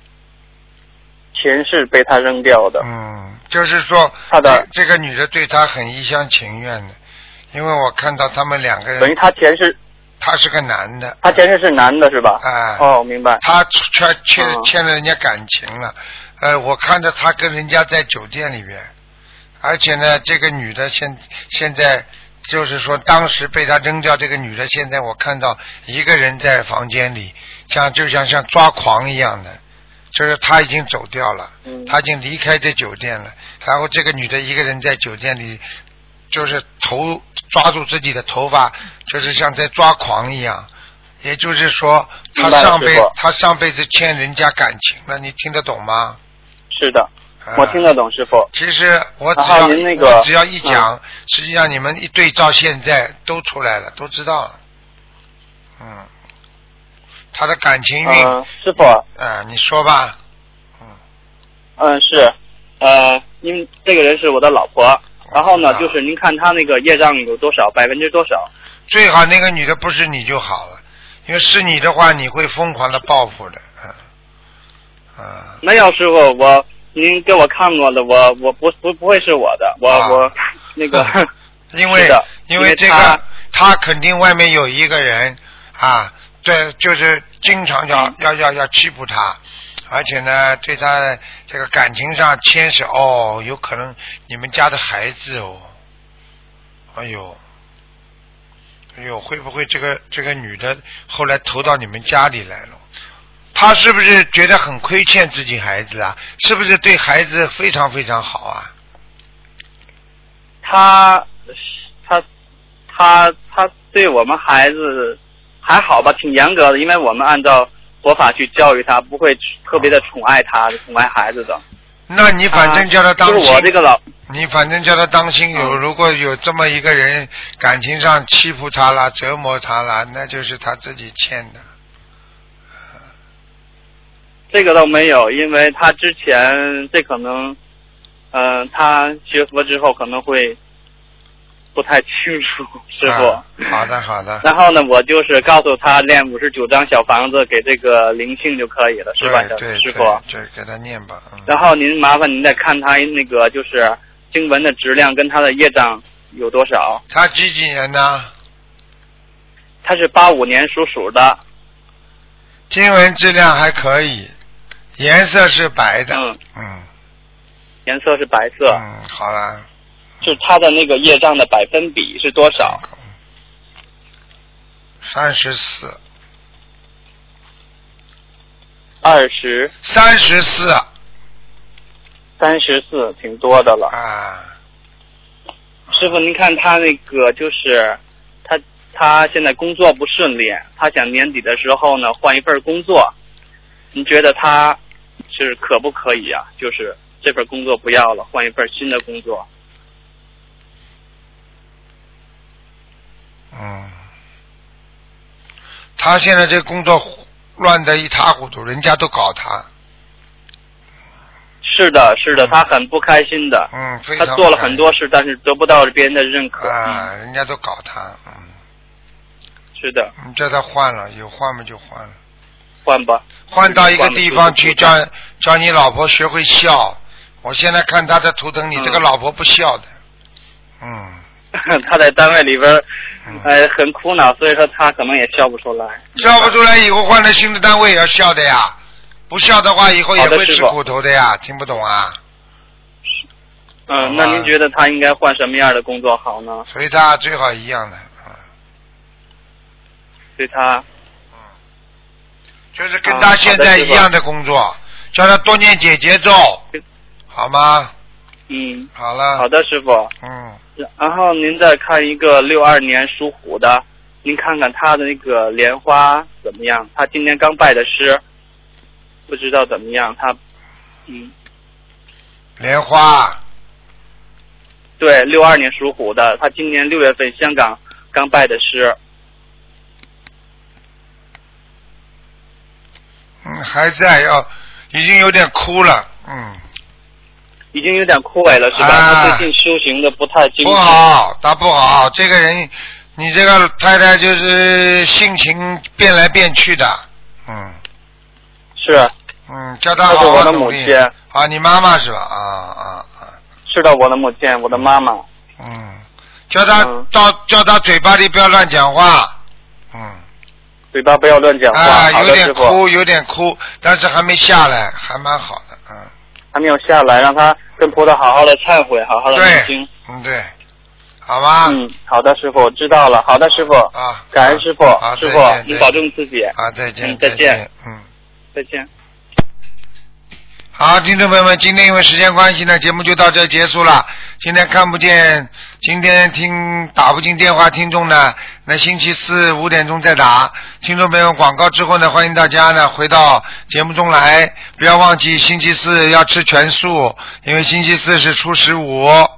Speaker 9: 钱是被他扔掉的。
Speaker 1: 嗯，就是说，
Speaker 9: 他的
Speaker 1: 这个女的对他很一厢情愿的，因为我看到他们两个人。
Speaker 9: 等于他前世。
Speaker 1: 他是个男的。
Speaker 9: 他前世是男的是吧？
Speaker 1: 啊。
Speaker 9: 哦，明白。
Speaker 1: 他欠欠欠了人家感情了，呃，我看着他跟人家在酒店里边，而且呢，这个女的现现在。就是说，当时被他扔掉这个女的，现在我看到一个人在房间里，像就像像抓狂一样的，就是他已经走掉了，
Speaker 9: 嗯、
Speaker 1: 他已经离开这酒店了，然后这个女的一个人在酒店里，就是头抓住自己的头发，就是像在抓狂一样。也就是说，他上辈他上辈子欠人家感情了，你听得懂吗？
Speaker 9: 是的。我听得懂，师傅。
Speaker 1: 其实我只要、
Speaker 9: 那个、
Speaker 1: 我只要一讲、嗯，实际上你们一对照，现在都出来了，都知道了。嗯，他的感情运，
Speaker 9: 嗯、师傅。
Speaker 1: 啊、呃，你说吧。
Speaker 9: 嗯。嗯，是，呃，因为这个人是我的老婆，然后呢，就是您看他那个业障有多少，百分之多少？
Speaker 1: 最好那个女的不是你就好了，因为是你的话，你会疯狂的报复的。嗯。啊。
Speaker 9: 那要师傅我。您给我看过的，我我不不不会是我的，我、啊、我那个
Speaker 1: 因为因为这个他肯定外面有一个人啊，对，就是经常要、嗯、要要要欺负他，而且呢对他这个感情上牵涉哦，有可能你们家的孩子哦，哎呦哎呦，会不会这个这个女的后来投到你们家里来了？他是不是觉得很亏欠自己孩子啊？是不是对孩子非常非常好啊？
Speaker 9: 他他他他对我们孩子还好吧，挺严格的，因为我们按照佛法去教育他，不会特别的宠爱他，宠爱孩子的。
Speaker 1: 那你反正叫他当心，
Speaker 9: 就是我这个老，
Speaker 1: 你反正叫他当心，有、嗯、如果有这么一个人感情上欺负他了、折磨他了，那就是他自己欠的。
Speaker 9: 这个倒没有，因为他之前这可能，嗯、呃，他学佛之后可能会不太清楚，师傅、
Speaker 1: 啊。好的，好的。
Speaker 9: 然后呢，我就是告诉他练五十九张小房子给这个灵性就可以了，是吧，
Speaker 1: 对
Speaker 9: 师傅？
Speaker 1: 对，给他念吧。嗯、
Speaker 9: 然后您麻烦您再看他那个就是经文的质量跟他的业障有多少。
Speaker 1: 他几几年的？
Speaker 9: 他是八五年属鼠的。
Speaker 1: 经文质量还可以。颜色是白的，
Speaker 9: 嗯
Speaker 1: 嗯，
Speaker 9: 颜色是白色，
Speaker 1: 嗯，好了，
Speaker 9: 就是它的那个业障的百分比是多少？
Speaker 1: 三十四，
Speaker 9: 二十，
Speaker 1: 三十四，
Speaker 9: 三十四，挺多的了
Speaker 1: 啊。
Speaker 9: 师傅，您看他那个就是他他现在工作不顺利，他想年底的时候呢换一份工作，您觉得他是可不可以啊？就是这份工作不要了，换一份新的工作。
Speaker 1: 嗯，他现在这工作乱得一塌糊涂，人家都搞他。
Speaker 9: 是的，是的，他很不开心的。
Speaker 1: 嗯，非常
Speaker 9: 他做了很多事，但是得不到别人的认可。
Speaker 1: 啊，人家都搞他。嗯，
Speaker 9: 是的。
Speaker 1: 你叫他换了，有换嘛就换了。
Speaker 9: 换吧。
Speaker 1: 换到一个地方去，叫叫你老婆学会笑。我现在看他的图腾，你这个老婆不笑的。嗯。
Speaker 9: 他在单位里边，呃，很苦恼，所以说他可能也笑不出来。
Speaker 1: 笑不出来，以后换了新的单位也要笑的呀。不笑的话，以后也会吃苦头的呀。听不懂啊？
Speaker 9: 嗯，那您觉得他应该换什么样的工作好呢？
Speaker 1: 随他最好一样的。嗯。
Speaker 9: 随他。
Speaker 1: 就是跟他现在一样的工作，啊、叫他多念姐姐咒，好吗？
Speaker 9: 嗯，
Speaker 1: 好了。
Speaker 9: 好的，师傅。
Speaker 1: 嗯。
Speaker 9: 然后您再看一个六二年属虎的，您看看他的那个莲花怎么样？他今年刚拜的师，不知道怎么样。他，嗯。
Speaker 1: 莲花。
Speaker 9: 对，六二年属虎的，他今年六月份香港刚拜的师。
Speaker 1: 嗯，还在要，已经有点枯了，嗯，
Speaker 9: 已经有点枯萎了，是吧？啊、他最近修行的不太精进。
Speaker 1: 不好，他不好。这个人，你这个太太就是性情变来变去的，嗯，
Speaker 9: 是，
Speaker 1: 嗯，叫他好好努力。
Speaker 9: 是我的母亲
Speaker 1: 啊，你妈妈是吧？啊啊啊！
Speaker 9: 是的，我的母亲，我的妈妈。
Speaker 1: 嗯，叫他到、嗯、叫他嘴巴里不要乱讲话，嗯。
Speaker 9: 嘴巴不要乱讲话。
Speaker 1: 啊，有点哭，有点哭，但是还没下来，还蛮好的，嗯。
Speaker 9: 还没有下来，让他跟菩萨好好的忏悔，好好的念经。
Speaker 1: 嗯，对，好吧。
Speaker 9: 嗯，好的，师傅，知道了。好的，师傅。
Speaker 1: 啊，
Speaker 9: 感恩师傅，
Speaker 1: 啊、
Speaker 9: 师傅，您保重自己。
Speaker 1: 啊，再见。
Speaker 9: 嗯，再见。
Speaker 1: 嗯，
Speaker 9: 再见。
Speaker 1: 好，听众朋友们，今天因为时间关系呢，节目就到这结束了。今天看不见，今天听打不进电话，听众呢，那星期四五点钟再打。听众朋友，广告之后呢，欢迎大家呢回到节目中来，不要忘记星期四要吃全素，因为星期四是初十五。